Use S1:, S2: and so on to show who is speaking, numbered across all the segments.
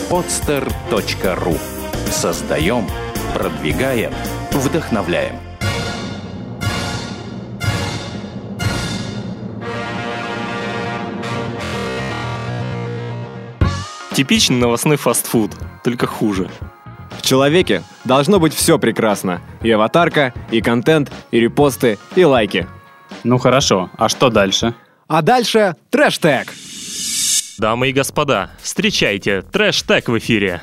S1: podster.ru. Создаем, продвигаем, вдохновляем.
S2: Типичный новостной фастфуд, только хуже.
S3: В человеке должно быть все прекрасно. И аватарка, и контент, и репосты, и лайки.
S4: Ну хорошо, а что дальше?
S3: А дальше трэш-тег.
S2: Дамы и господа, встречайте, трэш-тег в эфире.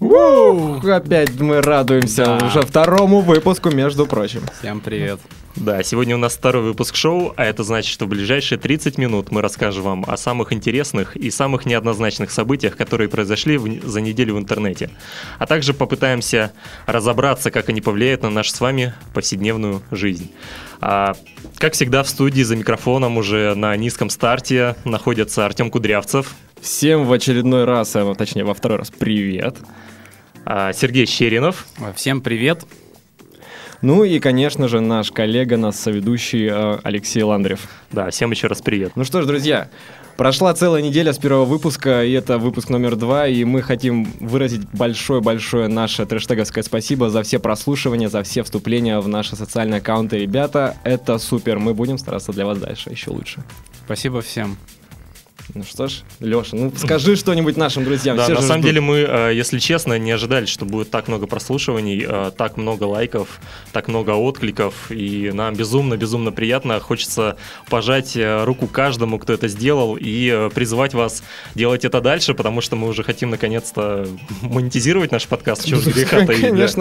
S3: Опять мы радуемся уже второму выпуску, между прочим.
S4: Всем привет.
S2: Да, сегодня у нас второй выпуск шоу, а это значит, что в ближайшие 30 минут мы расскажем вам о самых интересных и самых неоднозначных событиях, которые произошли за неделю в интернете. А также попытаемся разобраться, как они повлияют на нашу с вами повседневную жизнь. Как всегда, в студии за микрофоном уже на низком старте находится Артем Кудрявцев.
S3: Всем в очередной раз, точнее во второй раз, привет.
S2: Сергей Щеринов.
S4: Всем привет.
S3: Ну и, конечно же, наш коллега, наш соведущий Алексей Ландрев.
S2: Да, всем еще раз привет.
S3: Ну что ж, друзья, прошла целая неделя с первого выпуска, и это выпуск номер 2, и мы хотим выразить большое-большое наше трэштеговское спасибо за все прослушивания, за все вступления в наши социальные аккаунты. Ребята, это супер, мы будем стараться для вас дальше еще лучше.
S4: Спасибо всем.
S3: Ну что ж, Леша, ну скажи что-нибудь нашим друзьям.
S2: Да,
S3: все
S2: на самом
S3: ждут.
S2: деле мы, если честно, не ожидали, что будет так много прослушиваний, так много лайков, так много откликов, и нам безумно приятно. Хочется пожать руку каждому, кто это сделал, и призвать вас делать это дальше, потому что мы уже хотим наконец-то монетизировать наш подкаст. Чего же греха-то.
S3: Конечно.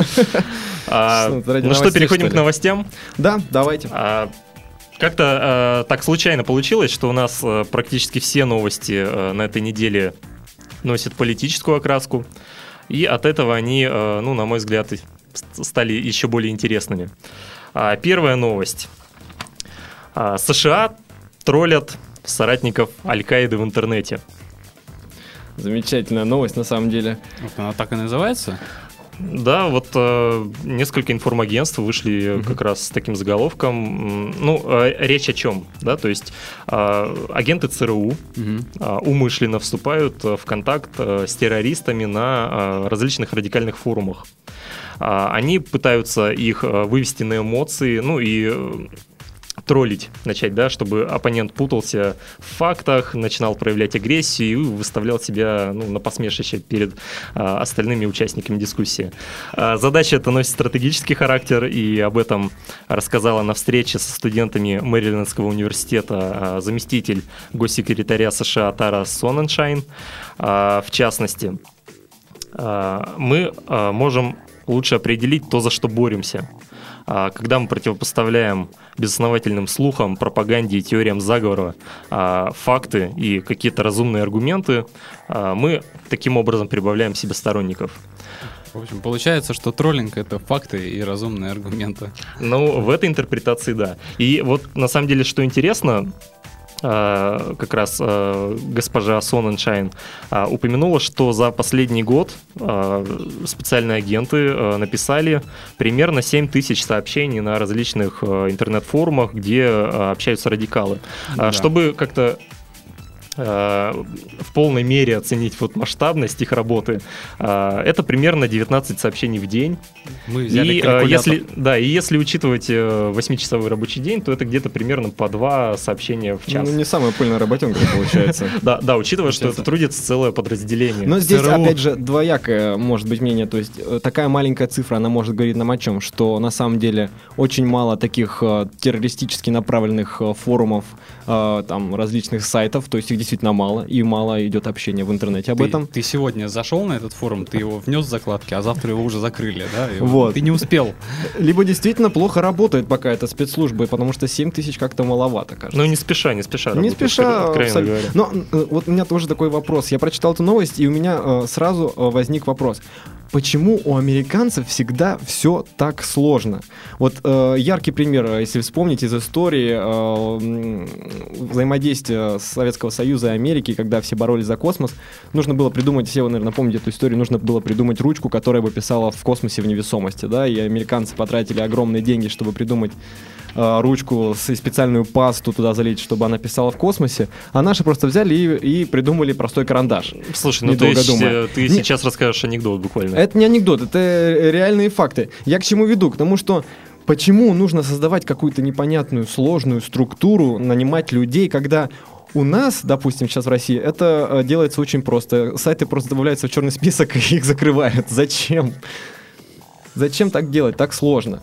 S2: Ну что, переходим к новостям?
S3: Да, давайте.
S2: Как-то так случайно получилось, что у нас практически все новости на этой неделе носят политическую окраску, и от этого они, ну, на мой взгляд, стали еще более интересными. Первая новость. США троллят соратников Аль-Каиды в интернете.
S3: Замечательная новость, на самом деле.
S4: Вот она так и называется?
S2: Да, вот несколько информагентств вышли как раз с таким заголовком. Ну, речь о чем? Да, то есть агенты ЦРУ умышленно вступают в контакт с террористами на различных радикальных форумах. Они пытаются их вывести на эмоции, ну и троллить начать, да, чтобы оппонент путался в фактах, начинал проявлять агрессию и выставлял себя, ну, на посмешище перед остальными участниками дискуссии. Задача эта носит стратегический характер, и об этом рассказала на встрече со студентами Мэрилендского университета заместитель госсекретаря США Тара Соненшайн. В частности, мы можем лучше определить то, за что боремся. Когда мы противопоставляем безосновательным слухам, пропаганде и теориям заговора факты и какие-то разумные аргументы, мы таким образом прибавляем себе сторонников.
S4: В общем, получается, что троллинг — это факты и разумные аргументы.
S2: Ну, в этой интерпретации да. И вот на самом деле, что интересно, как раз госпожа Соненшайн упомянула, что за последний год специальные агенты написали примерно 7 тысяч сообщений на различных интернет-форумах, где общаются радикалы.
S4: Да.
S2: Чтобы как-то в полной мере оценить вот масштабность их работы, это примерно 19 сообщений в день.
S4: Мы взяли калькулятор.
S2: Если учитывать 8-часовой рабочий день, то это где-то примерно по 2 сообщения в час.
S3: Ну, не самая пыльная работенка получается.
S2: Да, учитывая, что это трудится целое подразделение.
S3: Но здесь, опять же, двоякое может быть мнение. То есть такая маленькая цифра, она может говорить нам о чем? Что на самом деле очень мало таких террористически направленных форумов, там, различных сайтов, то есть их действительно мало, и мало идет общения в интернете об этом.
S4: Ты сегодня зашел на этот форум, ты его внес в закладки, а завтра его уже закрыли, да?
S3: Вот.
S4: Ты не успел.
S3: Либо действительно плохо работает пока эта спецслужба, потому что 7 тысяч как-то маловато, кажется.
S2: Ну, не спеша.
S3: Не спеша,
S2: говоря.
S3: Но вот у меня тоже такой вопрос. Я прочитал эту новость, и у меня сразу возник вопрос. почему у американцев всегда все так сложно? Вот яркий пример, если вспомнить из истории взаимодействия Советского Союза и Америки, когда все боролись за космос, нужно было придумать, все вы, наверное, помните эту историю, нужно было придумать ручку, которая бы писала в космосе в невесомости, да, и американцы потратили огромные деньги, чтобы придумать ручку и специальную пасту туда залить, чтобы она писала в космосе, а наши просто взяли и придумали простой карандаш.
S2: Слушай, ну ты сейчас расскажешь анекдот буквально.
S3: Это не анекдот, это реальные факты. Я к чему веду? К тому, что почему нужно создавать какую-то непонятную, сложную структуру, нанимать людей, когда у нас, допустим, сейчас в России, это делается очень просто. Сайты просто добавляются в черный список и их закрывают. Зачем? Зачем так делать? Так сложно.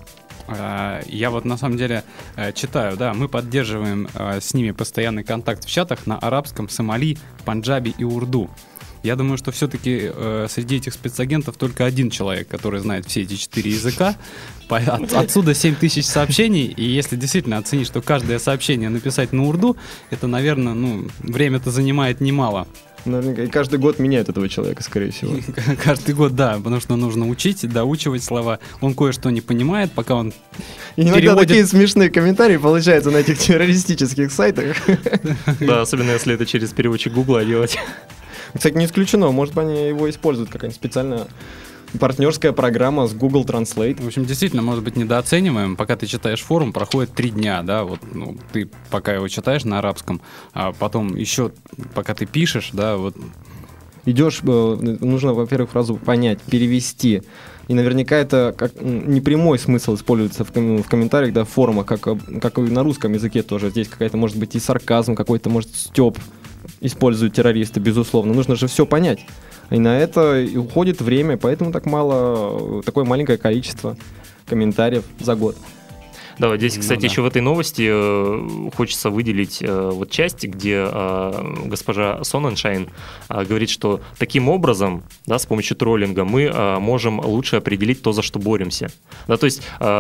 S4: Я вот на самом деле читаю, да, мы поддерживаем с ними постоянный контакт в чатах на арабском, сомали, панджаби и урду. Я думаю, что все-таки среди этих спецагентов только один человек, который знает все эти 4 языка. Отсюда 7000 сообщений, и если действительно оценить, что каждое сообщение написать на урду, это, наверное, время-то занимает немало.
S3: И каждый год меняют этого человека, скорее всего.
S4: Каждый год, да, потому что нужно учить, доучивать слова. Он кое-что не понимает, пока он
S3: и иногда такие смешные комментарии получаются на этих террористических сайтах.
S2: Да, особенно если это через переводчик Гугла делать.
S3: Кстати, не исключено, может быть, они его используют, какая-нибудь специальная партнерская программа с Google Translate.
S4: В общем, действительно, может быть, недооцениваем. Пока ты читаешь форум, проходит 3 дня, да, вот, ты пока его читаешь на арабском, а потом еще, пока ты пишешь, да, вот.
S3: Идешь, нужно, во-первых, фразу понять, перевести. И наверняка это как непрямой смысл используется в комментариях, да, в форумах, как и на русском языке тоже. Здесь какая-то, может быть, и сарказм, какой-то, может, стёб используют террористы, безусловно. Нужно же все понять. И на это уходит время, поэтому такое маленькое количество комментариев за год.
S2: Да, здесь, кстати, еще в этой новости хочется выделить вот часть, где госпожа Соненшайн говорит, что таким образом, да, с помощью троллинга мы можем лучше определить то, за что боремся. Да, то есть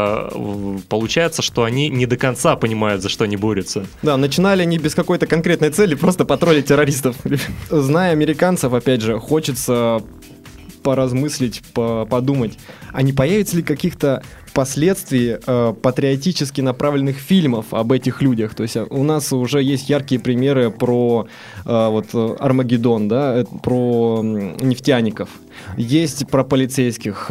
S2: получается, что они не до конца понимают, за что они борются.
S3: Да, начинали они без какой-то конкретной цели, просто потроллить террористов. Зная американцев, опять же, хочется поразмыслить, подумать, а не появится ли каких-то впоследствии патриотически направленных фильмов об этих людях. То есть у нас уже есть яркие примеры про Армагеддон, да, про нефтяников. Есть про полицейских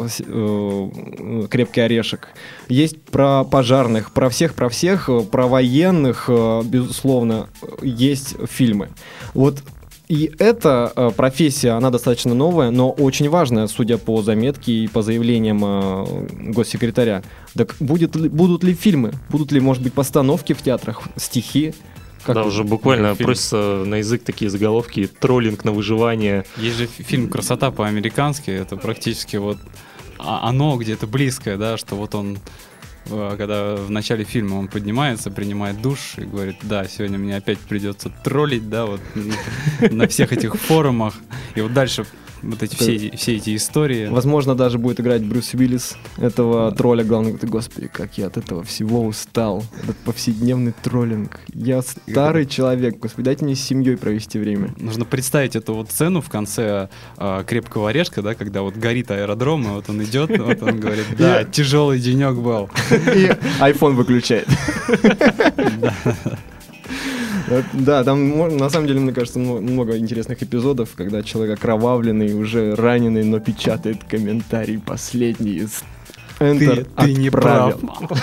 S3: «Крепкий орешек». Есть про пожарных, про всех, про военных, безусловно, есть фильмы. Вот. И эта профессия, она достаточно новая, но очень важная, судя по заметке и по заявлениям госсекретаря. Так будут ли фильмы? Будут ли, может быть, постановки в театрах, стихи?
S2: Да, уже буквально просятся на язык такие заголовки: троллинг на выживание.
S4: Есть же фильм «Красота по-американски», это практически вот оно где-то близкое, да, что вот он... Когда в начале фильма он поднимается, принимает душ и говорит: да, сегодня мне опять придется троллить, да, вот на всех этих форумах. И вот дальше вот эти все эти истории.
S3: Возможно, даже будет играть Брюс Уиллис, этого тролля главного. Господи, как я от этого всего устал. Этот повседневный троллинг. Я старый человек, господи, дайте мне с семьей провести время.
S4: Нужно представить эту вот сцену в конце «Крепкого орешка», да, когда вот горит аэродром, и вот он идет, вот он говорит: да, тяжелый денек был.
S3: И iPhone выключает. Да, там на самом деле, мне кажется, много интересных эпизодов, когда человек окровавленный, уже раненый, но печатает комментарий последний из Enter,
S4: ты не прав.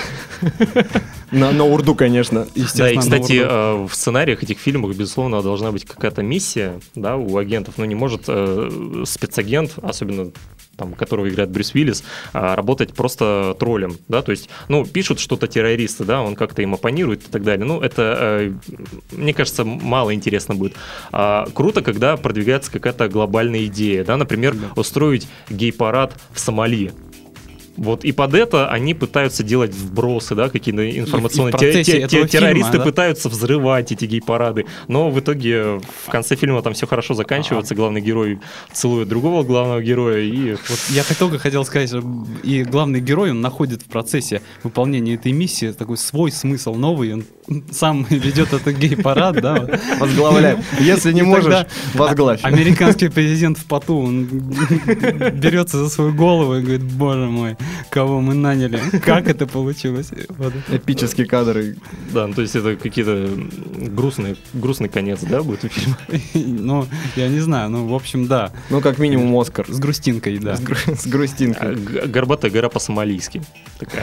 S3: На урду, конечно.
S2: Да, и, кстати, в сценариях этих фильмов, безусловно, должна быть какая-то миссия, да, у агентов. Но не может спецагент, особенно там, которого играет Брюс Уиллис, работать просто троллем, да, то есть, пишут что-то террористы, да, он как-то им оппонирует и так далее, это, мне кажется, мало интересно будет. Круто, когда продвигается какая-то глобальная идея, да, например, устроить гей-парад в Сомали. Вот, и под это они пытаются делать вбросы, да, какие-то информационные... Террористы пытаются взрывать эти гей-парады, но в итоге в конце фильма там все хорошо заканчивается, главный герой целует другого главного героя, и...
S4: Вот я только хотел сказать, что и главный герой, он находит в процессе выполнения этой миссии такой свой смысл новый, он сам ведет этот гей-парад, да?
S3: Возглавляет. Если не можешь, возглавь.
S4: Американский президент в поту, он берется за свою голову и говорит: боже мой, кого мы наняли, как это получилось?
S3: Эпические кадры.
S2: Да, ну, то есть это какие-то грустный конец, да, будет у фильма?
S4: Ну, я не знаю, ну, в общем, да.
S3: Ну, как минимум Оскар.
S4: С грустинкой, да.
S3: С грустинкой.
S2: Горбатая гора по-сомалийски такая.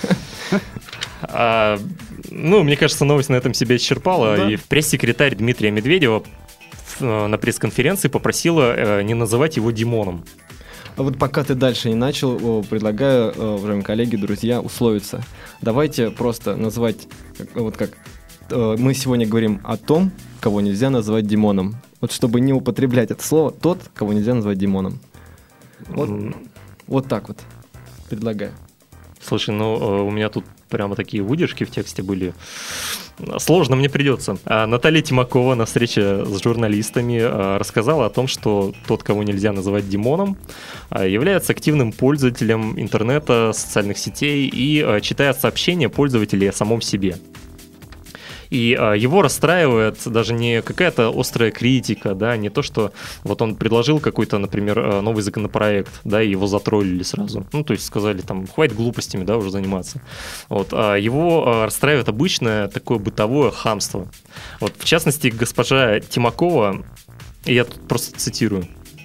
S2: Ну, мне кажется, новость на этом себя исчерпала. Да. И пресс-секретарь Дмитрия Медведева на пресс-конференции попросила не называть его Димоном.
S3: А вот пока ты дальше не начал, предлагаю, уважаемые коллеги, друзья, условиться. Давайте просто назвать, вот как мы сегодня говорим о том, кого нельзя называть Димоном. Вот чтобы не употреблять это слово, тот, кого нельзя назвать Димоном. Вот так вот предлагаю.
S2: Слушай, ну у меня тут прямо такие выдержки в тексте были. Сложно мне придется. Наталья Тимакова на встрече с журналистами рассказала о том, что тот, кого нельзя называть Димоном, является активным пользователем интернета, социальных сетей и читает сообщения пользователей о самом себе. И его расстраивает даже не какая-то острая критика, да, не то, что вот он предложил какой-то, например, новый законопроект, да, и его затроллили сразу. Ну, то есть сказали, там, хватит глупостями, да, уже заниматься. Вот. Его расстраивает обычное такое бытовое хамство. Вот, в частности, госпожа Тимакова, я тут просто цитирую,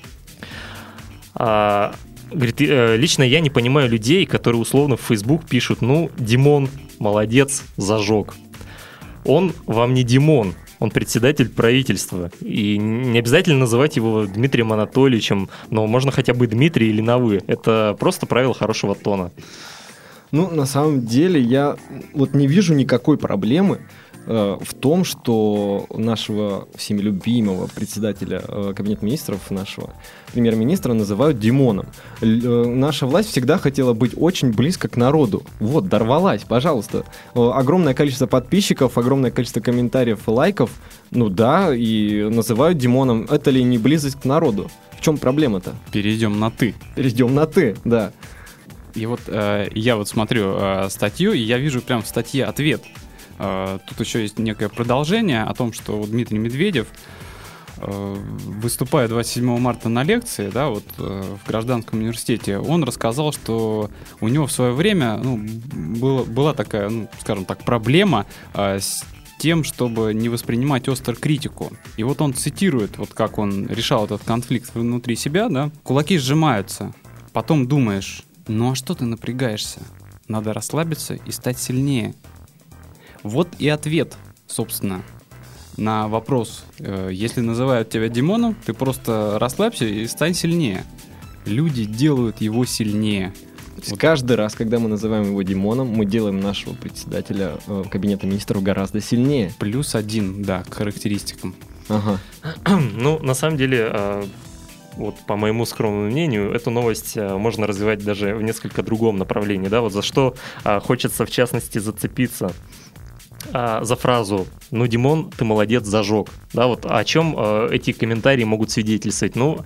S2: говорит: лично я не понимаю людей, которые условно в Facebook пишут: ну, Димон, молодец, зажег. Он вам не Димон, он председатель правительства. И не обязательно называть его Дмитрием Анатольевичем, но можно хотя бы Дмитрий или на «вы». Это просто правило хорошего тона.
S3: Ну, на самом деле, я вот не вижу никакой проблемы в том, что нашего всеми любимого председателя Кабинета министров, нашего премьер-министра называют Димоном. Наша власть всегда хотела быть очень близко к народу. Вот, дорвалась, пожалуйста. Огромное количество подписчиков, огромное количество комментариев и лайков. Ну да, и называют Димоном. Это ли не близость к народу? В чем проблема-то?
S4: Перейдем на «ты».
S3: Перейдем на «ты», да.
S4: И вот я вот смотрю статью, и я вижу прям в статье ответ. Тут еще есть некое продолжение о том, что Дмитрий Медведев, выступая 27 марта на лекции, да, вот, в Гражданском университете, он рассказал, что у него в свое время была такая, скажем так, проблема с тем, чтобы не воспринимать остро критику. И вот он цитирует, вот как он решал этот конфликт внутри себя, да: кулаки сжимаются, потом думаешь: ну а что ты напрягаешься? Надо расслабиться и стать сильнее. Вот и ответ, собственно, на вопрос. Если называют тебя Димоном, ты просто расслабься и стань сильнее. Люди делают его сильнее.
S3: Вот. Каждый раз, когда мы называем его Димоном, мы делаем нашего председателя Кабинета министров гораздо сильнее.
S4: +1, да, к характеристикам.
S3: Ага.
S2: Ну, на самом деле, вот по моему скромному мнению, эту новость можно развивать даже в несколько другом направлении, да, вот за что хочется в частности зацепиться. За фразу «ну, Димон, ты молодец, зажег». Да, вот о чем эти комментарии могут свидетельствовать? Ну,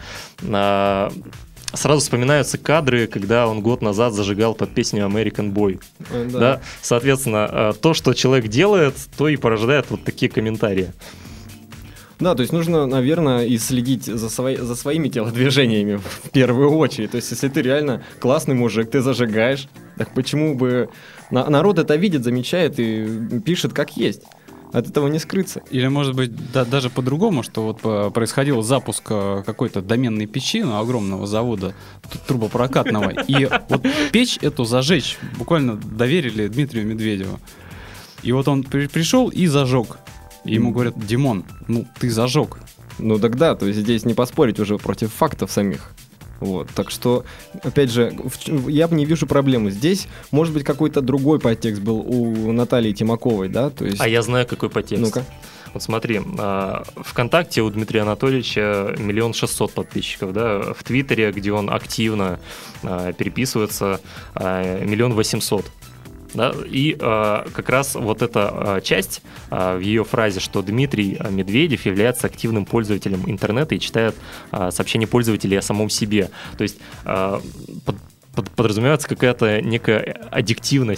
S2: сразу вспоминаются кадры, когда он год назад зажигал под песню American Boy.
S3: Да.
S2: Да? Соответственно, то, что человек делает, то и порождает вот такие комментарии.
S3: Да, то есть нужно, наверное, и следить за своими телодвижениями в первую очередь. То есть если ты реально классный мужик, ты зажигаешь, так почему бы... Народ это видит, замечает и пишет как есть. От этого не скрыться.
S4: Или, может быть, даже по-другому, что вот происходил запуск какой-то доменной печи, огромного завода трубопрокатного, и вот печь эту зажечь буквально доверили Дмитрию Медведеву. И вот он пришел и зажег. И ему говорят: Димон, ну ты зажег.
S3: Ну тогда, то есть здесь не поспорить уже против фактов самих. Вот, так что, опять же, я не вижу проблемы. Здесь, может быть, какой-то другой подтекст был у Натальи Тимаковой, да? То есть...
S2: А я знаю, какой подтекст.
S3: Ну-ка.
S2: Вот смотри, ВКонтакте у Дмитрия Анатольевича 1 600 000 подписчиков, да? В Твиттере, где он активно переписывается, 1 800 000. Да? И как раз вот эта часть в ее фразе, что Дмитрий Медведев является активным пользователем интернета и читает сообщения пользователей о самом себе. То есть подразумевается какая-то некая аддиктивность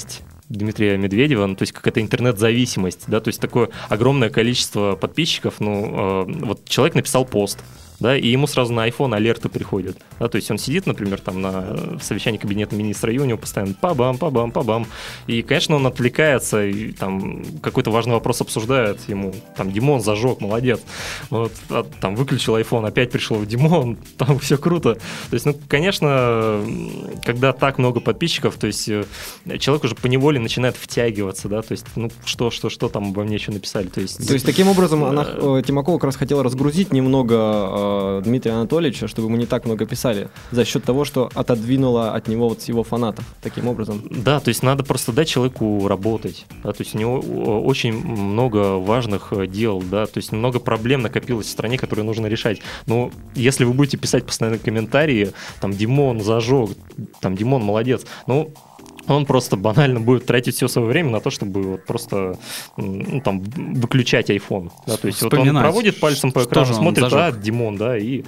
S2: Дмитрия Медведева, ну, то есть какая-то интернет-зависимость, да, то есть такое огромное количество подписчиков, вот человек написал пост, да, и ему сразу на iPhone алерты приходят, да, то есть он сидит, например, там на совещании кабинета министра, и у него постоянно па-бам, и, конечно, он отвлекается, и там какой-то важный вопрос обсуждает, ему там Димон зажег, молодец, вот, там выключил iPhone, опять пришел Димон, там все круто, то есть, конечно, когда так много подписчиков, то есть человек уже поневоле начинает втягиваться, да, то есть, что там обо мне еще написали, то есть
S3: таким образом Тимакова как раз хотела разгрузить немного Дмитрия Анатольевича, чтобы ему не так много писали, за счет того, что отодвинула от него вот его фанатов, таким образом.
S2: Да, то есть надо просто дать человеку работать, да, то есть у него очень много важных дел, да, то есть много проблем накопилось в стране, которые нужно решать. Но если вы будете писать постоянно комментарии, там, Димон зажег, там, Димон молодец, он просто банально будет тратить все свое время на то, чтобы вот просто там выключать iPhone. Да? То есть вот он проводит пальцем по экрану, смотрит, Димон, да, и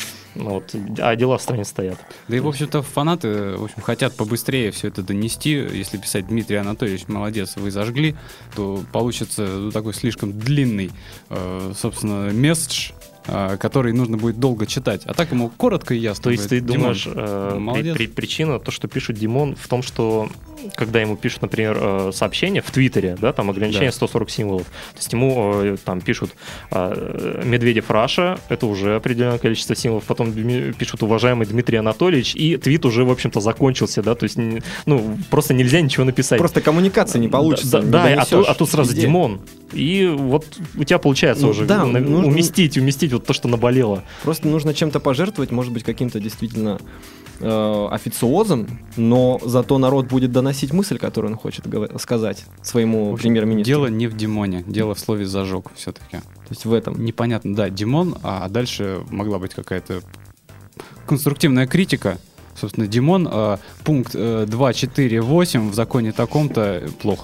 S2: а дела в стране стоят.
S4: Да и, в общем-то, фанаты, хотят побыстрее все это донести. Если писать Дмитрий Анатольевич, молодец, вы зажгли, то получится такой слишком длинный, собственно, месседж, который нужно будет долго читать. А так ему коротко и ясно.
S2: То есть ты думаешь, причина, то, что пишут Димон, в том, что когда ему пишут, например, сообщение в Твиттере, да, там ограничение 140 символов, то есть ему там пишут Медведев Раша, это уже определенное количество символов, потом пишут уважаемый Дмитрий Анатольевич, и твит уже, в общем-то, закончился, да, то есть, просто нельзя ничего написать.
S3: Просто коммуникация не получится.
S2: Да, а тут сразу везде. Димон. И вот у тебя получается уже уместить вот то, что наболело.
S3: Просто нужно чем-то пожертвовать, может быть, каким-то действительно официозом, но зато народ будет доносить мысль, которую он хочет сказать своему премьер-министру.
S4: Дело не в Димоне, дело в слове «зажег» все-таки. То
S3: есть в этом.
S4: Непонятно, да, Димон, а дальше могла быть какая-то конструктивная критика. Собственно, Димон, пункт 2.4.8 в законе таком-то плохо.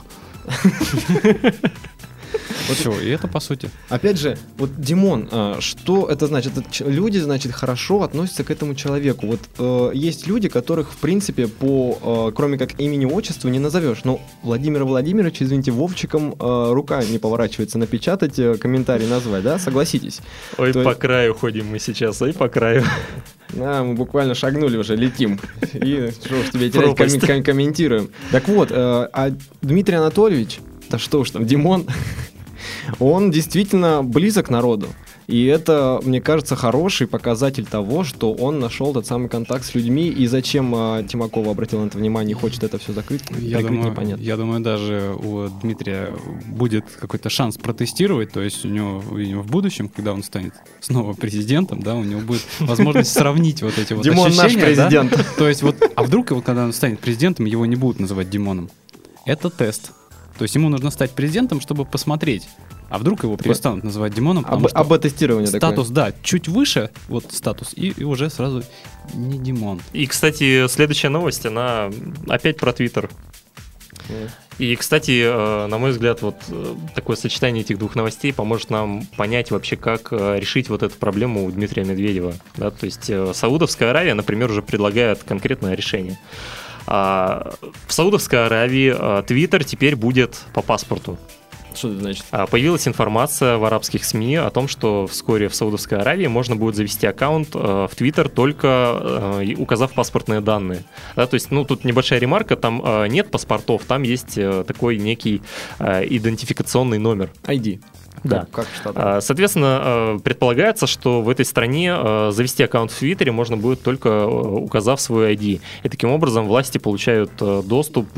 S4: Вот что, и это по сути.
S3: Опять же, вот Димон, что это значит? Люди, значит, хорошо относятся к этому человеку. Вот есть люди, которых, в принципе, кроме как имени, отчеству не назовешь. Но Владимира Владимировича, извините, Вовчиком рука не поворачивается напечатать, комментарий назвать, да? Согласитесь.
S2: Ой, по краю ходим мы сейчас, по краю.
S3: Да, мы буквально шагнули уже, летим. И что уж тебе терять, комментируем. Так вот, а Дмитрий Анатольевич, да что уж там, Димон, он действительно близок к народу. И это, мне кажется, хороший показатель того, что он нашел тот самый контакт с людьми. И зачем Тимакова обратил на это внимание и хочет это все закрыть, непонятно.
S4: Я думаю, даже у Дмитрия будет какой-то шанс протестировать. То есть у него в будущем, когда он станет снова президентом, да, у него будет возможность сравнить вот эти вот
S3: Димон
S4: ощущения.
S3: Димон наш президент.
S4: Да? То есть а вдруг, когда он станет президентом, его не будут называть Димоном? Это тест. То есть ему нужно стать президентом, чтобы посмотреть. А вдруг его перестанут называть Димоном, потому что
S3: АБ-тестирование
S4: статус,
S3: такое.
S4: Да, чуть выше, вот статус, и уже сразу не Димон.
S2: И, кстати, следующая новость, она опять про Твиттер. И, кстати, на мой взгляд, вот такое сочетание этих двух новостей поможет нам понять вообще, как решить вот эту проблему у Дмитрия Медведева. Да? То есть Саудовская Аравия, например, уже предлагает конкретное решение. В Саудовской Аравии Твиттер теперь будет по паспорту.
S3: Что это значит?
S2: Появилась информация в арабских СМИ о том, что вскоре в Саудовской Аравии можно будет завести аккаунт в Твиттер, только указав паспортные данные. Да, то есть, тут небольшая ремарка, там нет паспортов, там есть такой некий идентификационный номер.
S3: ID.
S2: Да.
S3: Как в Штатах.
S2: Соответственно, предполагается, что в этой стране завести аккаунт в Твиттере можно будет только указав свой ID. И таким образом власти получают доступ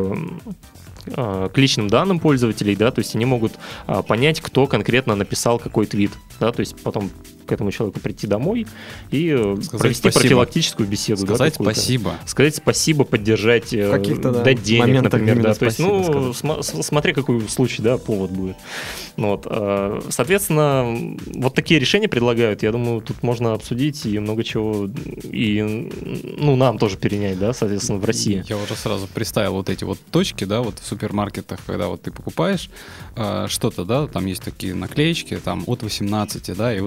S2: к личным данным пользователей, да, то есть они могут понять, кто конкретно написал какой твит, да, то есть потом к этому человеку прийти домой и провести профилактическую беседу.
S4: Сказать спасибо.
S2: Сказать спасибо, поддержать, дать денег, например, да, то есть, смотри, какой случай, да, повод будет. Вот. Соответственно, вот такие решения предлагают, я думаю, тут можно обсудить и много чего, и, нам тоже перенять, да, соответственно, в России.
S4: Я уже сразу представил вот эти вот точки, да, вот в супермаркетах, когда вот ты покупаешь что-то, да, там есть такие наклеечки, там от 18, да, и вот здесь, соответственно,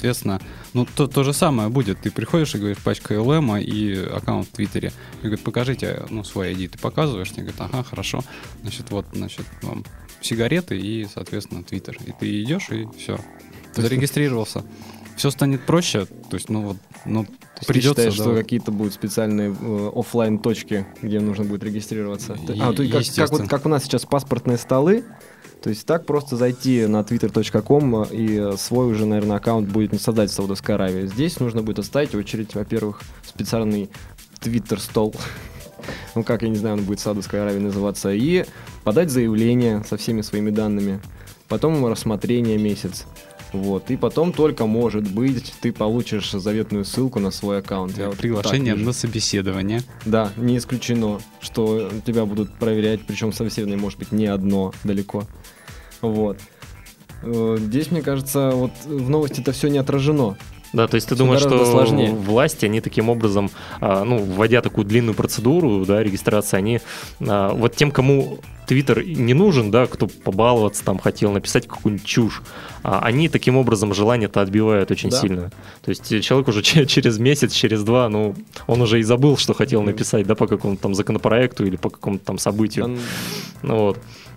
S4: соответственно, ну, то же самое будет. Ты приходишь и говоришь, пачка ЛМа и аккаунт в Твиттере. И говорит, покажите, ну, свой ID. Ты показываешь, тебе говорят, ага, хорошо. Значит, вот, значит, вам сигареты и, соответственно, Твиттер. И ты идешь, и все. Зарегистрировался. Все станет проще. То есть, ну, вот, ну,
S3: Ты считаешь, что какие-то будут специальные офлайн точки, где нужно будет регистрироваться? Как у нас сейчас паспортные столы, то есть так просто зайти на twitter.com и свой уже, наверное, аккаунт будет не создать в Саудовской Аравии. Здесь нужно будет оставить очередь, во-первых, специальный твиттер-стол, ну как, я не знаю, он будет в Саудовской Аравии называться, и подать заявление со всеми своими данными, потом рассмотрение месяц. Вот, и потом только, может быть, ты получишь заветную ссылку на свой аккаунт.
S4: Приглашение на собеседование.
S3: Да, не исключено, что тебя будут проверять, причем собеседование может быть не одно далеко. Вот. Здесь, мне кажется, вот в новости это все не отражено.
S2: Да, то есть ты думаешь, что сложнее. Власти, они таким образом, вводя такую длинную процедуру, да, регистрации, они вот тем, кому Твиттер не нужен, да, кто побаловаться там хотел, написать какую-нибудь чушь, они таким образом желание-то отбивают очень сильно. То есть человек уже через месяц, через два, он уже и забыл, что хотел написать, да, по какому-то там законопроекту или по какому-то там событию. Вот.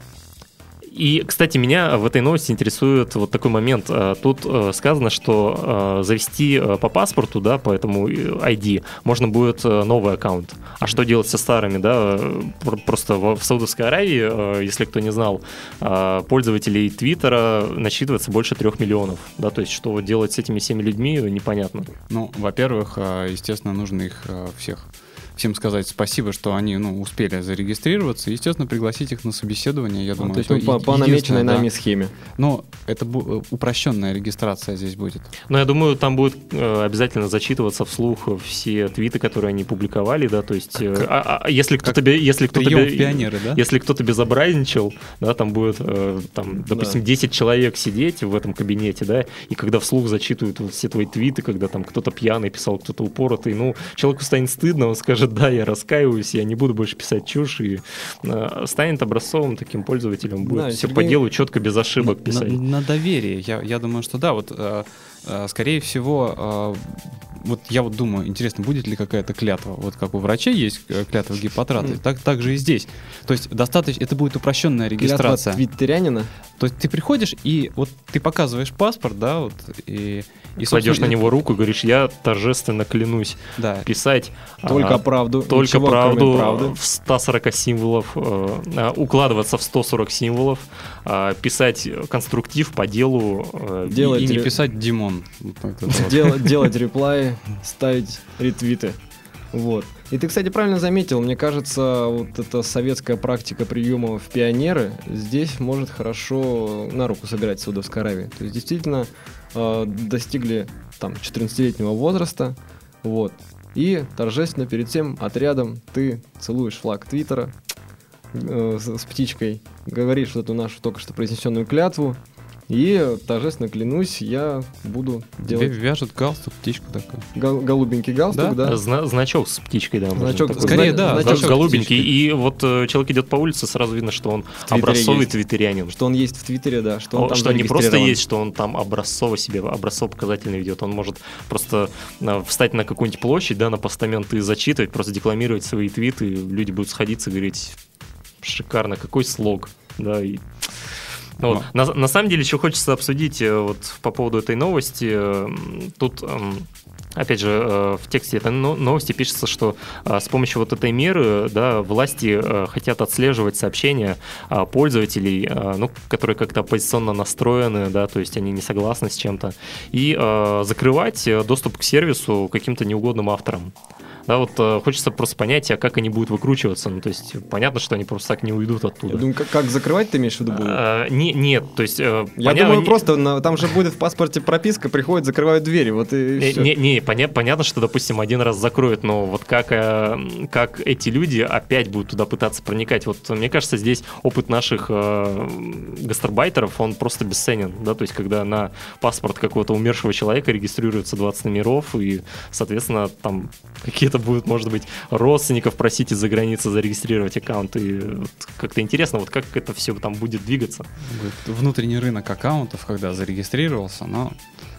S2: И, кстати, меня в этой новости интересует вот такой момент. Тут сказано, что завести по паспорту, да, по этому ID, можно будет новый аккаунт. А что делать со старыми, да? Просто в Саудовской Аравии, если кто не знал, пользователей Твиттера насчитывается больше 3 миллионов, да, то есть что делать с этими всеми людьми, непонятно.
S4: Ну, во-первых, естественно, нужно их всем сказать спасибо, что они успели зарегистрироваться, и, естественно, пригласить их на собеседование, я думаю.
S3: То есть по намеченной нами схеме.
S4: Но это упрощенная регистрация здесь будет.
S2: Но я думаю, там будет обязательно зачитываться вслух все твиты, которые они публиковали, да, то есть если кто-то безобразничал, да, там будет, допустим, 10 человек сидеть в этом кабинете, да, и когда вслух зачитывают все твои твиты, когда там кто-то пьяный писал, кто-то упоротый, человеку станет стыдно, он скажет, да, я раскаиваюсь, я не буду больше писать чушь, и станет образцовым таким пользователем, будет все по делу четко, без ошибок писать.
S4: На доверие, я думаю, что да, вот скорее всего, вот я вот думаю, интересно, будет ли какая-то клятва, вот как у врачей есть клятва Гиппократа, так же и здесь. То есть достаточно, это будет упрощенная регистрация.
S3: Клятва твиттерянина?
S4: То есть ты приходишь, и вот ты показываешь паспорт, да, вот, и
S2: кладешь на него руку и говоришь, я торжественно клянусь писать
S3: только правду,
S2: только правду в 140 символов, укладываться в 140 символов, писать конструктив по делу.
S4: И не писать Димон.
S3: Делать реплаи, ставить ретвиты. Вот. И ты, кстати, правильно заметил, мне кажется, вот эта советская практика приема в пионеры здесь может хорошо на руку сыграть в Саудовской Аравии. То есть действительно достигли там 14-летнего возраста, вот, и торжественно перед всем отрядом ты целуешь флаг Твиттера с птичкой, говоришь вот эту нашу только что произнесенную клятву, и торжественно клянусь, я буду делать...
S4: Вяжет галстук, птичку такой.
S3: Голубенький галстук, да?
S2: Значок с птичкой, да.
S3: Значок,
S4: скорее, да.
S2: Значок голубенький. И вот человек идет по улице, сразу видно, что он образцовый твиттерянин.
S3: Что он есть в Твиттере, да. Что он там
S2: что не просто есть, что он там образцово-показательный ведет. Он может просто встать на какую-нибудь площадь, да, на постамент и зачитывать, просто декламировать свои твиты. Люди будут сходиться и говорить, шикарно, какой слог, да, и... Вот. На самом деле, еще хочется обсудить вот по поводу этой новости. Тут, опять же, в тексте этой новости пишется, что с помощью вот этой меры, да, власти хотят отслеживать сообщения пользователей, которые как-то оппозиционно настроены, да, то есть они не согласны с чем-то, и закрывать доступ к сервису каким-то неугодным авторам. Да, вот хочется просто понять, а как они будут выкручиваться. То есть понятно, что они просто так не уйдут оттуда.
S3: Я думаю, как закрывать ты имеешь в виду будет?
S2: Нет, то есть...
S3: Я думаю, просто там же будет в паспорте прописка, приходят, закрывают двери, вот и все.
S2: Понятно, что, допустим, один раз закроют, но вот как эти люди опять будут туда пытаться проникать? Вот мне кажется, здесь опыт наших гастарбайтеров, он просто бесценен, да, то есть когда на паспорт какого-то умершего человека регистрируется 20 номеров, и, соответственно, там какие-то будут, может быть, родственников просить из-за границы зарегистрировать аккаунт. И вот как-то интересно, вот как это все там будет двигаться.
S4: Внутренний рынок аккаунтов, когда зарегистрировался, но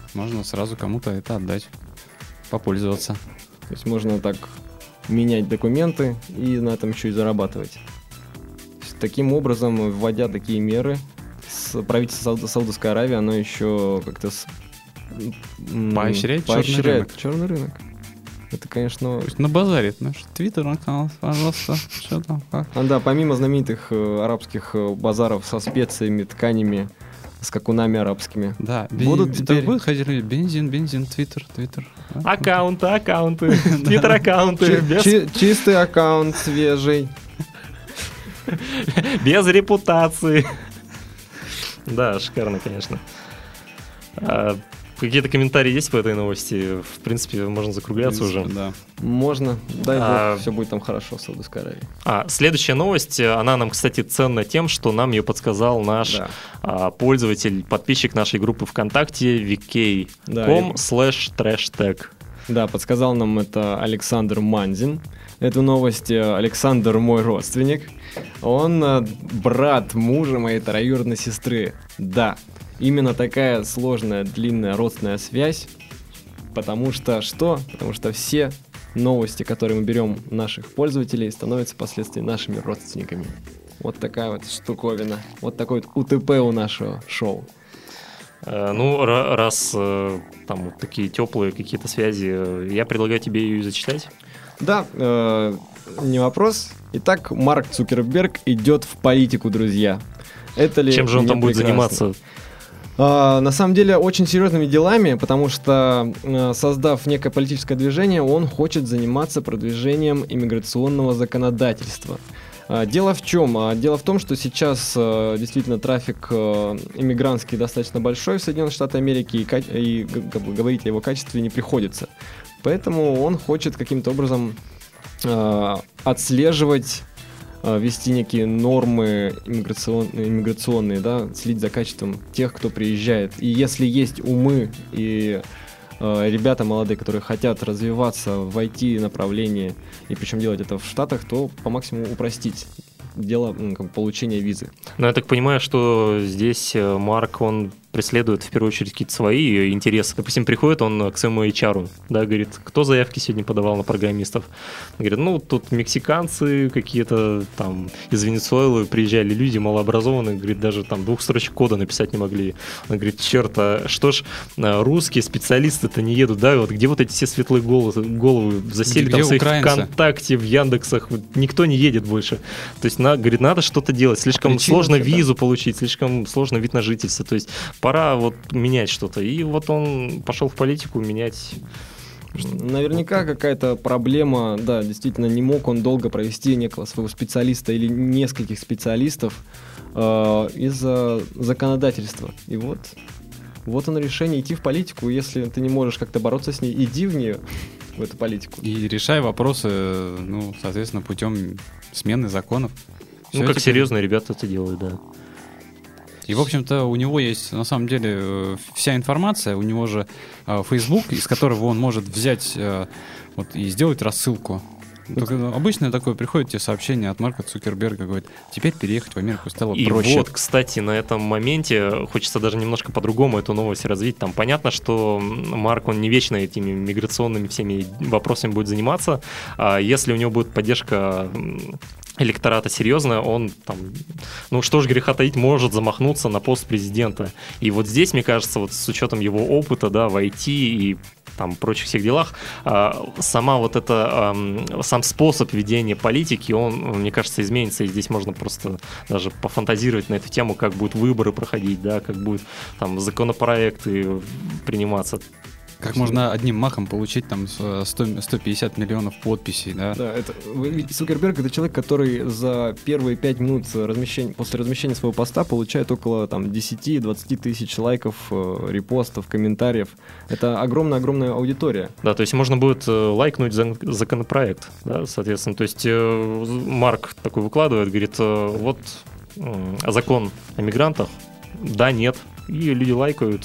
S4: можно сразу кому-то это отдать, попользоваться.
S3: То есть можно так менять документы и на этом еще и зарабатывать. Таким образом, вводя такие меры, правительство Саудовской Аравии, оно еще как-то
S4: поощряет
S3: черный рынок. Это, конечно...
S4: То есть набазарит наш твиттер-аккаунт, пожалуйста, что там, как?
S3: Да, помимо знаменитых арабских базаров со специями, тканями, скакунами арабскими.
S4: Да,
S3: будут теперь...
S4: будет ходить бензин, твиттер. Да?
S2: Аккаунты, твиттер-аккаунты.
S3: Чистый аккаунт, свежий.
S2: Без репутации. Да, шикарно, конечно. Какие-то комментарии есть по этой новости? В принципе, можно закругляться уже.
S4: Да.
S3: Можно. Дай бог, все будет там хорошо в Саудовской Аравии.
S2: Следующая новость, она нам, кстати, ценна тем, что нам ее подсказал наш пользователь, подписчик нашей группы ВКонтакте vk.com/trashtag.
S3: Да, подсказал нам это Александр Манзин. Эту новость. Александр мой родственник. Он брат мужа моей троюродной сестры. Да, именно такая сложная, длинная родственная связь. Потому что что? Потому что все новости, которые мы берем наших пользователей, становятся впоследствии нашими родственниками. Вот такая вот штуковина. Вот такой вот УТП у нашего шоу.
S2: Ну, раз там вот такие теплые какие-то связи, я предлагаю тебе ее зачитать.
S3: Да, не вопрос. Итак, Марк Цукерберг идет в политику, друзья. Это ли
S2: чем же он там будет
S3: прекрасно?
S2: заниматься?
S3: На самом деле очень серьезными делами, потому что, создав некое политическое движение, он хочет заниматься продвижением иммиграционного законодательства. Дело в чем? Дело в том, что сейчас действительно трафик иммигрантский достаточно большой в Соединенных Штатах Америки, и говорить о его качестве не приходится. Поэтому он хочет каким-то образом отслеживать, вести некие нормы иммиграционные, да, следить за качеством тех, кто приезжает. И если есть умы и ребята молодые, которые хотят развиваться в IT-направлении, и причем делать это в Штатах, то по максимуму упростить дело получения визы.
S2: Но я так понимаю, что здесь Марк, он преследует в первую очередь какие-то свои интересы. Допустим, приходит он к своему HR, да, говорит, кто заявки сегодня подавал на программистов? Он говорит, ну, тут мексиканцы какие-то там из Венесуэлы приезжали люди малообразованные, говорит, даже там 2 строчек кода написать не могли. Он говорит, черт, а что ж русские специалисты-то не едут, да, вот где вот эти все светлые головы засели там в своих ВКонтакте, в Яндексах, вот, никто не едет больше. То есть, говорит, надо что-то делать, слишком сложно визу получить, слишком сложно вид на жительство, то есть пора вот менять что-то. И вот он пошел в политику менять.
S3: Наверняка какая-то проблема, да, действительно, не мог он долго провести некого своего специалиста или нескольких специалистов из-за законодательства. И вот оно решение идти в политику. Если ты не можешь как-то бороться с ней, иди в нее, в эту политику.
S4: И решай вопросы, ну, соответственно, путем смены законов.
S2: Ну, как серьезные ребята это делают, да.
S4: И, в общем-то, у него есть, на самом деле, вся информация. У него же Facebook, из которого он может взять вот, и сделать рассылку. Только обычно такое, приходит тебе сообщение от Марка Цукерберга, говорит, теперь переехать в Америку стало проще.
S2: И вот, кстати, на этом моменте хочется даже немножко по-другому эту новость развить. Там понятно, что Марк, он не вечно этими миграционными всеми вопросами будет заниматься. А если у него будет поддержка электората серьезная, он там, ну что ж греха таить, может замахнуться на пост президента. И вот здесь, мне кажется, вот с учетом его опыта, да, в IT и там прочих всех делах, сама вот это, сам способ ведения политики, он, мне кажется, изменится, и здесь можно просто даже пофантазировать на эту тему, как будут выборы проходить, да, как будут там законопроекты приниматься.
S4: Как можно одним махом получить там 150 миллионов подписей, да?
S3: Да, Цукерберг — это человек, который за первые 5 минут после размещения своего поста получает около там 10-20 тысяч лайков, репостов, комментариев. Это огромная-огромная аудитория.
S2: Да, то есть можно будет лайкнуть законопроект, да, соответственно. То есть Марк такой выкладывает, говорит, вот закон о мигрантах, да, нет, и люди лайкают.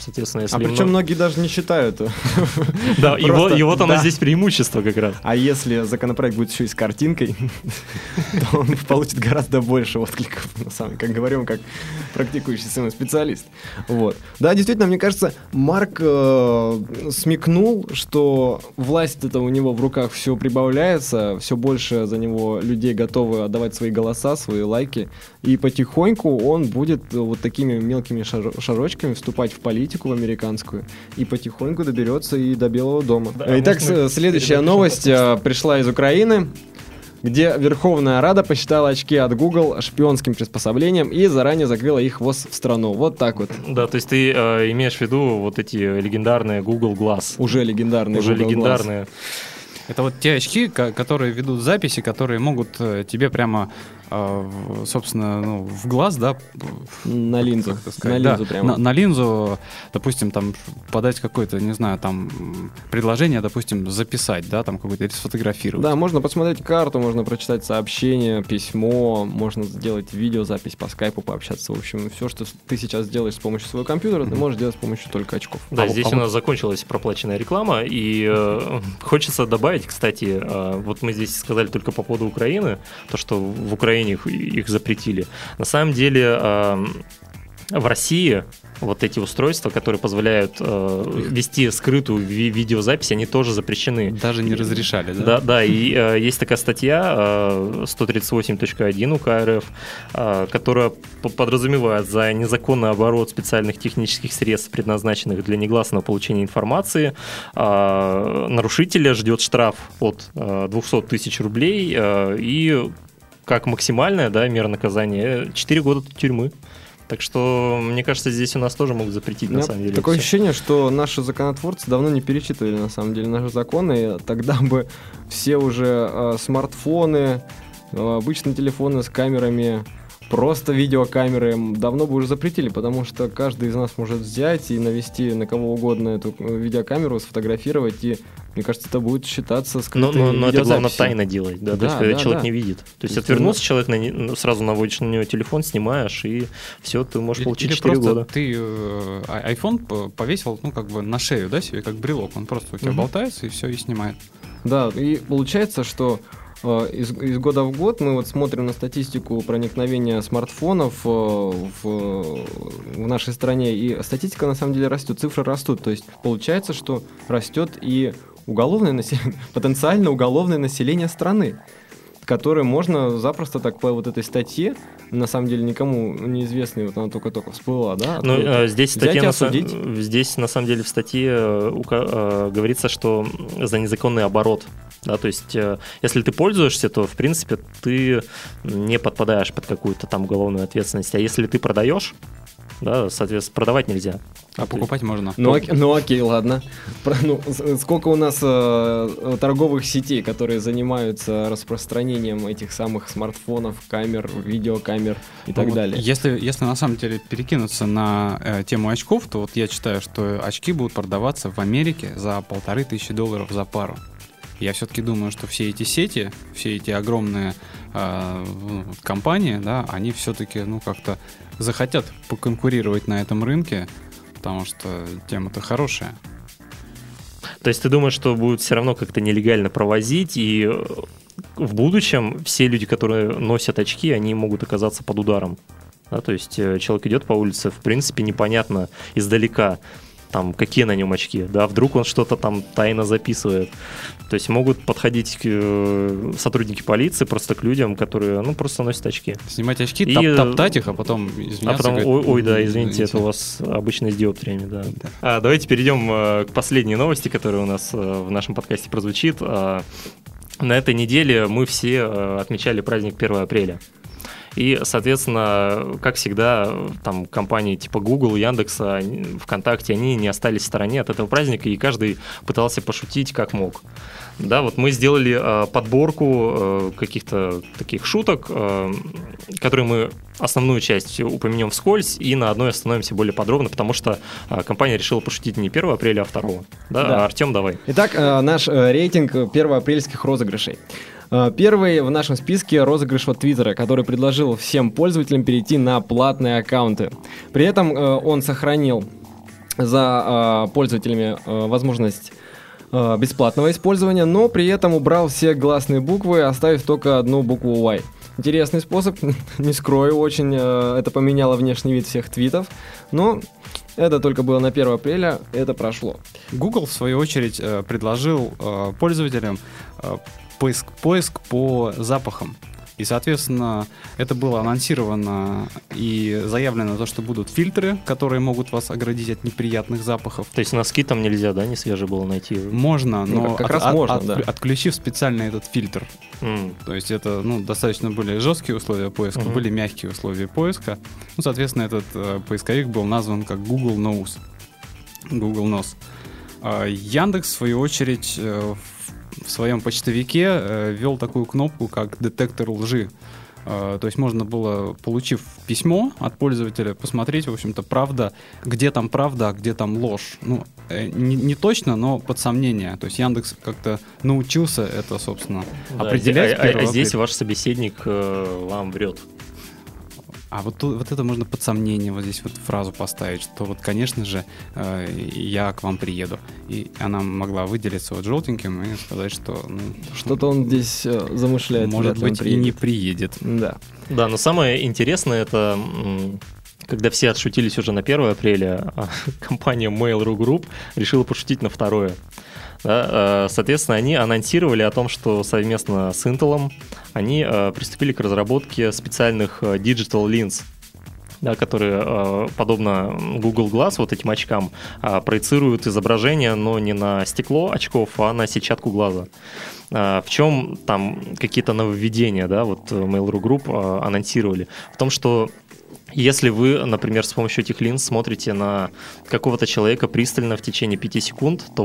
S2: Соответственно, если...
S3: А причем многие даже не считают.
S2: Да, и вот оно здесь преимущество как раз.
S3: А если законопроект будет еще и с картинкой, то он получит гораздо больше откликов, на самом деле, как говорим, как практикующий специалист. Вот. Да, действительно, мне кажется, Марк смекнул, что власть это у него в руках все прибавляется, все больше за него людей готовы отдавать свои голоса, свои лайки, и потихоньку он будет вот такими мелкими шажочками вступать в политику в американскую, и потихоньку доберется и до Белого дома. Да, итак, следующая новость пришла из Украины, где Верховная Рада посчитала очки от Google шпионским приспособлением и заранее закрыла их ввоз в страну. Вот так вот.
S2: Да, то есть ты имеешь в виду вот эти легендарные Google Glass.
S3: Уже легендарные.
S2: Легендарные.
S4: Это вот те очки, которые ведут записи, которые могут тебе прямо, собственно, в глаз, да?
S3: На линзу.
S4: На линзу прямо. На линзу, допустим, там подать какое-то, не знаю, там предложение, допустим, записать, да, там какое-то, или сфотографировать.
S3: Да, можно посмотреть карту, можно прочитать сообщение, письмо, можно сделать видеозапись по скайпу, пообщаться. В общем, все, что ты сейчас делаешь с помощью своего компьютера, ты можешь делать с помощью только очков.
S2: Да, здесь у нас закончилась проплаченная реклама, и хочется добавить, кстати, вот мы здесь сказали только по поводу Украины, то, что в Украине их запретили. На самом деле в России вот эти устройства, которые позволяют вести скрытую видеозапись, они тоже запрещены.
S4: Даже не разрешали, да?
S2: Да, и есть такая статья 138.1 УК РФ, которая подразумевает за незаконный оборот специальных технических средств, предназначенных для негласного получения информации, нарушителя ждет штраф от 200 тысяч рублей и как максимальная, да, мера наказания 4 года тюрьмы. Так что, мне кажется, здесь у нас тоже могут запретить, на самом деле.
S3: Такое ощущение, что наши законотворцы давно не перечитывали, на самом деле, наши законы. Тогда бы все уже смартфоны, обычные телефоны с камерами, просто видеокамеры давно бы уже запретили, потому что каждый из нас может взять и навести на кого угодно эту видеокамеру, сфотографировать, и, мне кажется, это будет считаться скрытой видеозаписью.
S2: Но это главное тайно делать, да, то есть, когда человек не видит. То есть отвернулся человек, сразу наводишь на него телефон, снимаешь, и все, ты можешь получить 4 года.
S4: Ты iPhone повесил, на шею, да, себе, как брелок, он просто у тебя болтается, и все, и снимает.
S3: Да, и получается, что из года в год мы вот смотрим на статистику проникновения смартфонов в нашей стране, и статистика на самом деле растет, цифры растут, то есть получается, что растет и потенциально уголовное население страны, которое можно запросто так по вот этой статье, на самом деле никому неизвестной, вот она только-только всплыла, да?
S2: Ну, здесь на самом деле в статье говорится, что за незаконный оборот. Да, то есть, если ты пользуешься, то, в принципе, ты не подпадаешь под какую-то там уголовную ответственность. А если ты продаешь, да, соответственно, продавать нельзя.
S4: А покупать можно.
S3: Ну окей, ладно. Сколько у нас торговых сетей, которые занимаются распространением этих самых смартфонов, камер, видеокамер и так далее.
S4: Если на самом деле перекинуться на тему очков, то вот я читаю, что очки будут продаваться в Америке за $1500 за пару. Я все-таки думаю, что все эти сети, все эти огромные компании, да, они все-таки как-то захотят поконкурировать на этом рынке, потому что тема-то хорошая.
S2: То есть ты думаешь, что будут все равно как-то нелегально провозить, и в будущем все люди, которые носят очки, они могут оказаться под ударом. Да? То есть человек идет по улице, в принципе, непонятно издалека, там, какие на нем очки, да, вдруг он что-то там тайно записывает. То есть могут подходить сотрудники полиции просто к людям, которые, просто носят очки.
S4: Снимать очки, топтать их, а потом извиняться.
S2: А потом, извините, это у вас обычно с диоптриями, да. Давайте перейдем к последней новости, которая у нас в нашем подкасте прозвучит. На этой неделе мы все отмечали праздник 1 апреля. И, соответственно, как всегда, там компании типа Google, Яндекса, ВКонтакте, они не остались в стороне от этого праздника, и каждый пытался пошутить как мог. Да, вот мы сделали подборку каких-то таких шуток, которые мы основную часть упомянем вскользь, и на одной остановимся более подробно, потому что компания решила пошутить не 1 апреля, а 2. Да. Артем, давай.
S3: Итак, наш рейтинг 1-апрельских розыгрышей. Первый в нашем списке розыгрыш от Твиттера, который предложил всем пользователям перейти на платные аккаунты. При этом он сохранил за пользователями возможность бесплатного использования, но при этом убрал все гласные буквы, оставив только одну букву Y. Интересный способ, не скрою, очень это поменяло внешний вид всех твитов, но это только было на 1 апреля, это прошло.
S4: Google, в свою очередь, предложил пользователям поиск по запахам. И, соответственно, это было анонсировано и заявлено то, что будут фильтры, которые могут вас оградить от неприятных запахов.
S2: То есть носки там нельзя, да, не свежие было найти?
S4: Можно, но
S3: как раз можно, да.
S4: Отключив специально этот фильтр. То есть это достаточно были жесткие условия поиска, были мягкие условия поиска. Ну, соответственно, этот поисковик был назван как Google Knows. Google Knows. Яндекс, в свою очередь, в своем почтовике ввел такую кнопку, как детектор лжи. То есть можно было, получив письмо от пользователя, посмотреть, в общем-то, где там правда, а где там ложь. Ну, не точно, но под сомнение. То есть Яндекс как-то научился это, собственно, определять.
S2: А здесь ваш собеседник вам врет.
S4: А вот это можно под сомнение вот здесь вот фразу поставить, что вот, конечно же, я к вам приеду. И она могла выделиться вот желтеньким и сказать, что...
S3: Что-то он здесь замышляет.
S4: Может быть, и не приедет.
S3: Да.
S2: Да, но самое интересное, это когда все отшутились уже на 1 апреля, компания Mail.ru Group решила пошутить на 2. Да, соответственно, они анонсировали о том, что совместно с Intel они приступили к разработке специальных Digital Lens, да, которые, подобно Google Glass, вот этим очкам, проецируют изображение, но не на стекло очков, а на сетчатку глаза. В чем там какие-то нововведения, да, вот Mail.ru Group анонсировали? В том, что если вы, например, с помощью этих линз смотрите на какого-то человека пристально в течение 5 секунд, то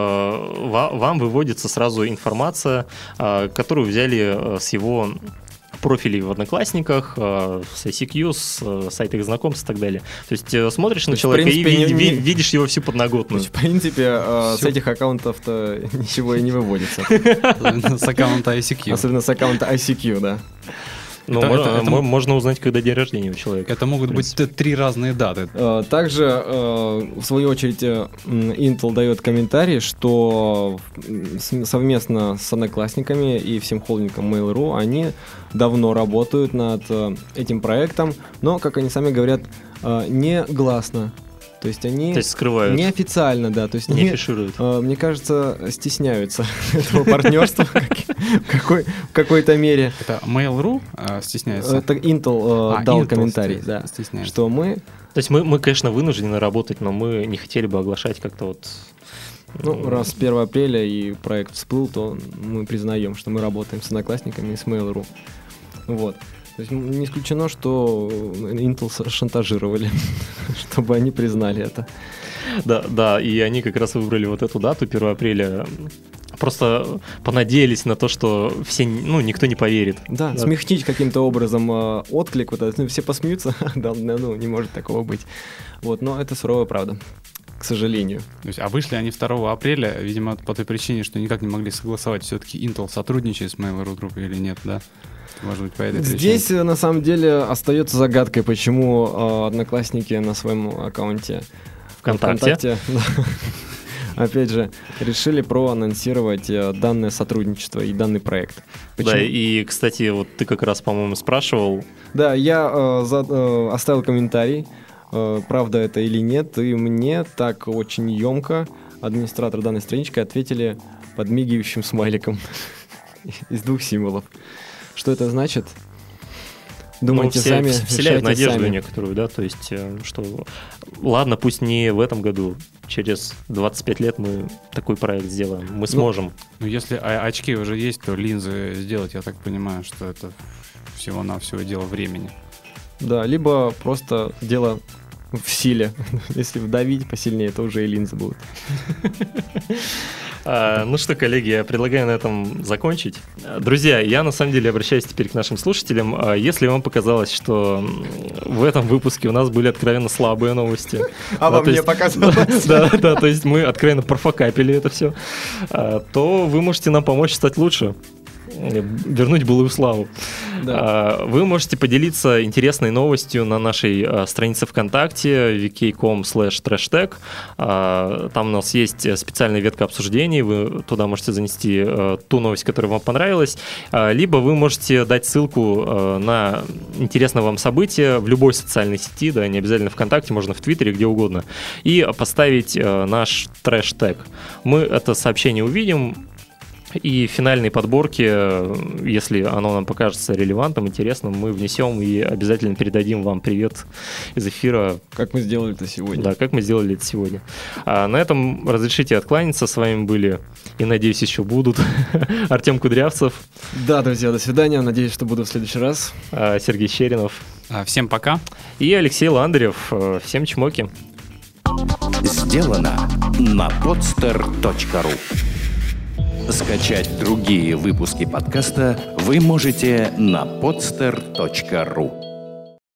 S2: вам выводится сразу информация, которую взяли с его профилей в Одноклассниках, с ICQ, с сайта их знакомств и так далее. То есть смотришь на человека и видишь его всю подноготную.
S3: В принципе, с этих аккаунтов-то ничего и не выводится.
S4: С аккаунта ICQ.
S3: Особенно с аккаунта ICQ, да.
S2: Но можно узнать, когда день рождения у человека.
S4: Это могут быть 3 разные даты.
S3: Также, в свою очередь, Intel дает комментарий, что совместно с Одноклассниками и всем холдингом Mail.ru они давно работают над этим проектом, но, как они сами говорят, не гласно. То есть они
S2: скрывают.
S3: Неофициально, да. То есть
S2: не афишируют.
S3: Мне кажется, стесняются этого партнерства в какой-то мере.
S4: Это Mail.ru стесняется?
S3: Это Intel дал комментарий, да, что мы...
S2: То есть мы, конечно, вынуждены работать, но мы не хотели бы оглашать как-то вот...
S3: Ну, раз 1 апреля и проект всплыл, то мы признаем, что мы работаем с Одноклассниками и с Mail.ru. Вот. То есть не исключено, что Intel шантажировали, чтобы они признали это.
S2: Да, и они как раз выбрали вот эту дату, 1 апреля, просто понадеялись на то, что никто не поверит.
S3: Да, смягчить каким-то образом отклик, вот это, все посмеются, да, не может такого быть. Вот, но это суровая правда, к сожалению.
S4: То есть, а вышли они 2 апреля, видимо, по той причине, что никак не могли согласовать, все-таки Intel сотрудничает с Mail.ru Group или нет, да? Может быть, по этой причине.
S3: Здесь, на самом деле, остается загадкой, почему Одноклассники на своем аккаунте ВКонтакте опять же, решили проанонсировать данное сотрудничество и данный проект.
S2: Почему? Да, и, кстати, вот ты как раз, по-моему, спрашивал.
S3: Да, я оставил комментарий, правда это или нет, и мне так очень емко администратор данной странички ответили подмигивающим смайликом из 2 символов. Что это значит? Думайте сами,
S2: вселяет надежду
S3: сами.
S2: Некоторую, да, то есть, что ладно, пусть не в этом году, через 25 лет мы такой проект сделаем, мы сможем.
S4: Ну, если очки уже есть, то линзы сделать, я так понимаю, что это всего-навсего дело времени.
S3: Да, либо просто дело в силе. Если вдавить посильнее, то уже и линзы будут.
S2: Ну что, коллеги, я предлагаю на этом закончить. Друзья, я на самом деле обращаюсь теперь к нашим слушателям. Если вам показалось, что в этом выпуске у нас были откровенно слабые новости...
S3: А вам мне показалось.
S2: Да, то есть мы откровенно профокапили это все, то вы можете нам помочь стать лучше, вернуть былую славу. Вы можете поделиться интересной новостью на нашей странице ВКонтакте vk.com/trashtag. Там у нас есть специальная ветка обсуждений. Вы туда можете занести ту новость, которая вам понравилась. Либо вы можете дать ссылку на интересное вам событие в любой социальной сети, да, не обязательно ВКонтакте, можно в Твиттере, где угодно, и поставить наш трэш-тег. Мы это сообщение увидим, и в финальной подборке, если оно нам покажется релевантным, интересным, мы внесем и обязательно передадим вам привет из эфира.
S3: Как мы сделали это сегодня.
S2: Да, как мы сделали это сегодня. На этом разрешите откланяться. С вами были, и надеюсь, еще будут, Артем Кудрявцев.
S3: Да, друзья, до свидания. Надеюсь, что буду в следующий раз.
S2: Сергей Щеринов.
S4: Всем пока.
S2: И Алексей Ландарев. Всем чмоки.
S1: Сделано на podster.ru. Скачать другие выпуски подкаста вы можете на podster.ru.